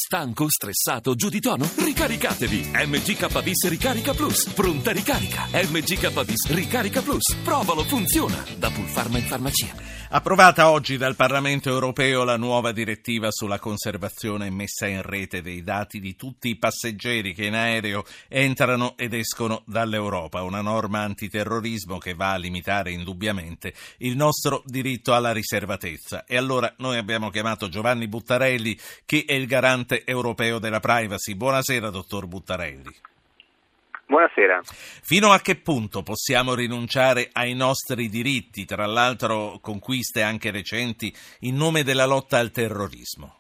Stanco, stressato, giù di tono? Ricaricatevi! MGK-Bis Ricarica Plus. Pronta ricarica. MGK-Bis Ricarica Plus. Provalo, funziona. Da Pulpharma in farmacia. Approvata oggi dal Parlamento europeo la nuova direttiva sulla conservazione e messa in rete dei dati di tutti i passeggeri che in aereo entrano ed escono dall'Europa. Una norma antiterrorismo che va a limitare indubbiamente il nostro diritto alla riservatezza. E allora noi abbiamo chiamato Giovanni Buttarelli, che è il garante europeo della privacy. Buonasera, dottor Buttarelli. Buonasera. Fino a che punto possiamo rinunciare ai nostri diritti, tra l'altro conquiste anche recenti, in nome della lotta al terrorismo?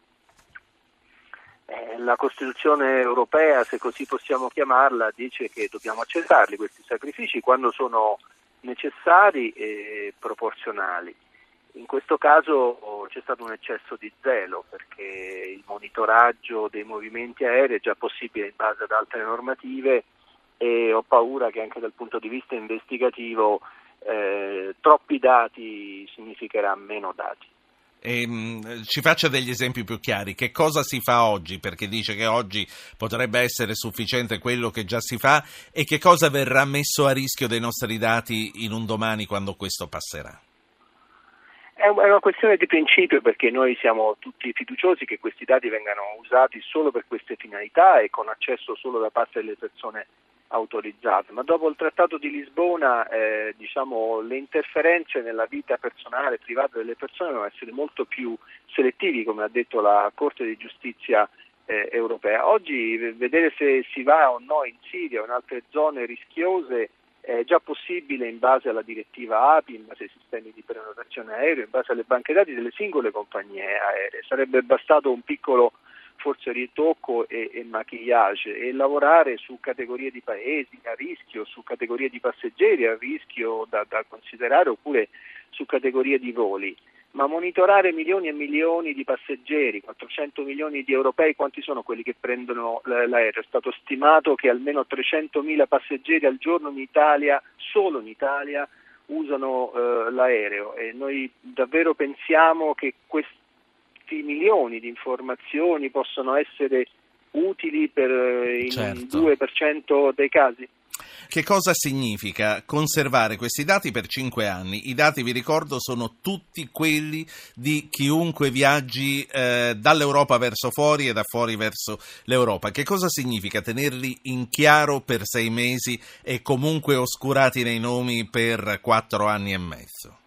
La Costituzione europea, se così possiamo chiamarla, dice che dobbiamo accettarli questi sacrifici quando sono necessari e proporzionali. In questo caso c'è stato un eccesso di zelo, perché il monitoraggio dei movimenti aerei è già possibile in base ad altre normative, e ho paura che anche dal punto di vista investigativo troppi dati significherà meno dati. Ci faccia degli esempi più chiari. Che cosa si fa oggi? Perché dice che oggi potrebbe essere sufficiente quello che già si fa, e che cosa verrà messo a rischio dei nostri dati in un domani quando questo passerà? È una questione di principio, perché noi siamo tutti fiduciosi che questi dati vengano usati solo per queste finalità e con accesso solo da parte delle persone autorizzate, ma dopo il Trattato di Lisbona le interferenze nella vita personale, privata delle persone devono essere molto più selettivi, come ha detto la Corte di Giustizia europea. Oggi vedere se si va o no in Siria o in altre zone rischiose è già possibile in base alla direttiva API, in base ai sistemi di prenotazione aereo, in base alle banche dati delle singole compagnie aeree. Sarebbe bastato un piccolo forse ritocco e maquillage, e lavorare su categorie di paesi a rischio, su categorie di passeggeri a rischio da considerare, oppure su categorie di voli. Ma monitorare milioni e milioni di passeggeri, 400 milioni di europei, quanti sono quelli che prendono l'aereo? È stato stimato che almeno 300.000 passeggeri al giorno in Italia, solo in Italia, usano l'aereo, e noi davvero pensiamo che questi milioni di informazioni possono essere utili per il 2% dei casi? Che cosa significa conservare questi dati per 5 anni? I dati, vi ricordo, sono tutti quelli di chiunque viaggi dall'Europa verso fuori e da fuori verso l'Europa. Che cosa significa tenerli in chiaro per 6 mesi e comunque oscurati nei nomi per 4 anni e mezzo?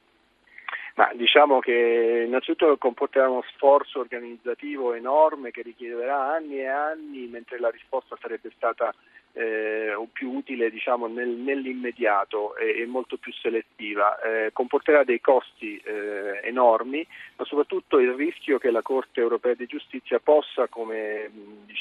Ma diciamo che innanzitutto comporterà uno sforzo organizzativo enorme che richiederà anni e anni, mentre la risposta sarebbe stata più utile nell'immediato e molto più selettiva. Comporterà dei costi enormi, ma soprattutto il rischio che la Corte europea di giustizia possa, come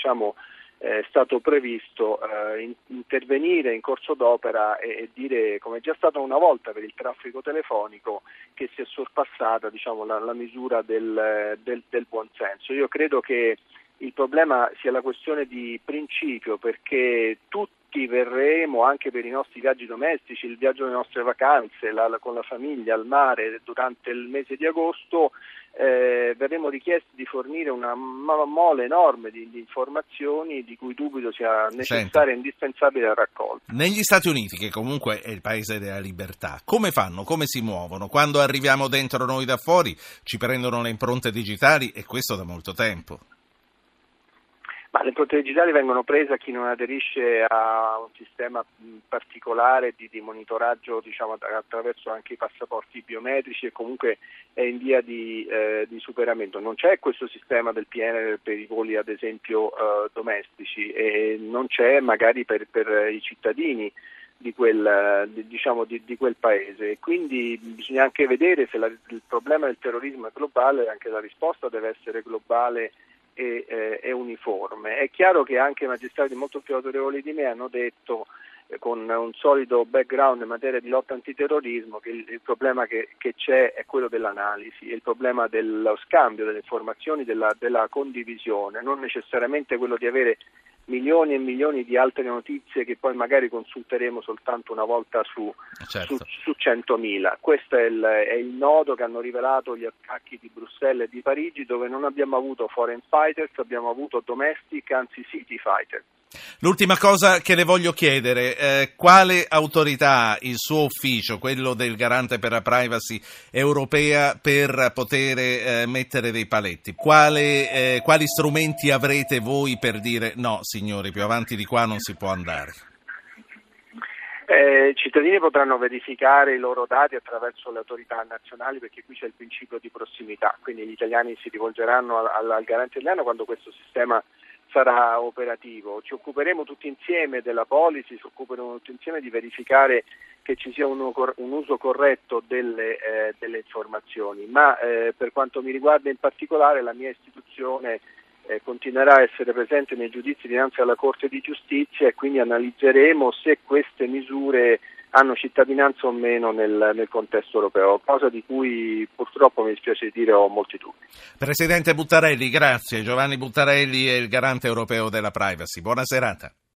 è stato previsto, intervenire in corso d'opera e dire, come è già stato una volta per il traffico telefonico, che si è sorpassata la misura del buonsenso. Io credo che il problema sia la questione di principio, perché tutti verremo, anche per i nostri viaggi domestici, il viaggio delle nostre vacanze, con la famiglia al mare durante il mese di agosto, verremo richiesti di fornire una mole enorme di informazioni di cui dubito sia necessaria e indispensabile la raccolta. Negli Stati Uniti, che comunque è il paese della libertà, come fanno? Come si muovono? Quando arriviamo dentro noi da fuori ci prendono le impronte digitali, e questo da molto tempo. Ma le impronte digitali vengono prese a chi non aderisce a un sistema particolare di monitoraggio, attraverso anche i passaporti biometrici, e comunque è in via di superamento. Non c'è questo sistema del PNR per i voli, ad esempio, domestici, e non c'è magari per i cittadini di quel paese. E quindi bisogna anche vedere se il problema del terrorismo è globale, anche la risposta deve essere globale e uniforme. È chiaro che anche magistrati molto più autorevoli di me hanno detto, con un solido background in materia di lotta antiterrorismo, che il problema che c'è è quello dell'analisi, è il problema dello scambio delle informazioni, della condivisione, non necessariamente quello di avere milioni e milioni di altre notizie che poi magari consulteremo soltanto una volta su 100.000. Questo è il nodo che hanno rivelato gli attacchi di Bruxelles e di Parigi, dove non abbiamo avuto foreign fighters, abbiamo avuto domestic, anzi city fighters. L'ultima cosa che le voglio chiedere, quale autorità il suo ufficio, quello del Garante per la Privacy europea, per poter mettere dei paletti? Quali strumenti avrete voi per dire no, signori, più avanti di qua non si può andare? I cittadini potranno verificare i loro dati attraverso le autorità nazionali, perché qui c'è il principio di prossimità, quindi gli italiani si rivolgeranno al garante italiano quando questo sistema sarà operativo. Ci occuperemo tutti insieme della policy, ci occuperemo tutti insieme di verificare che ci sia un uso corretto delle informazioni, ma per quanto mi riguarda in particolare la mia istituzione continuerà a essere presente nei giudizi dinanzi alla Corte di Giustizia e quindi analizzeremo se queste misure hanno cittadinanza o meno nel contesto europeo, cosa di cui purtroppo mi dispiace dire ho molti dubbi. Presidente Buttarelli, grazie. Giovanni Buttarelli è il Garante europeo della Privacy. Buona serata.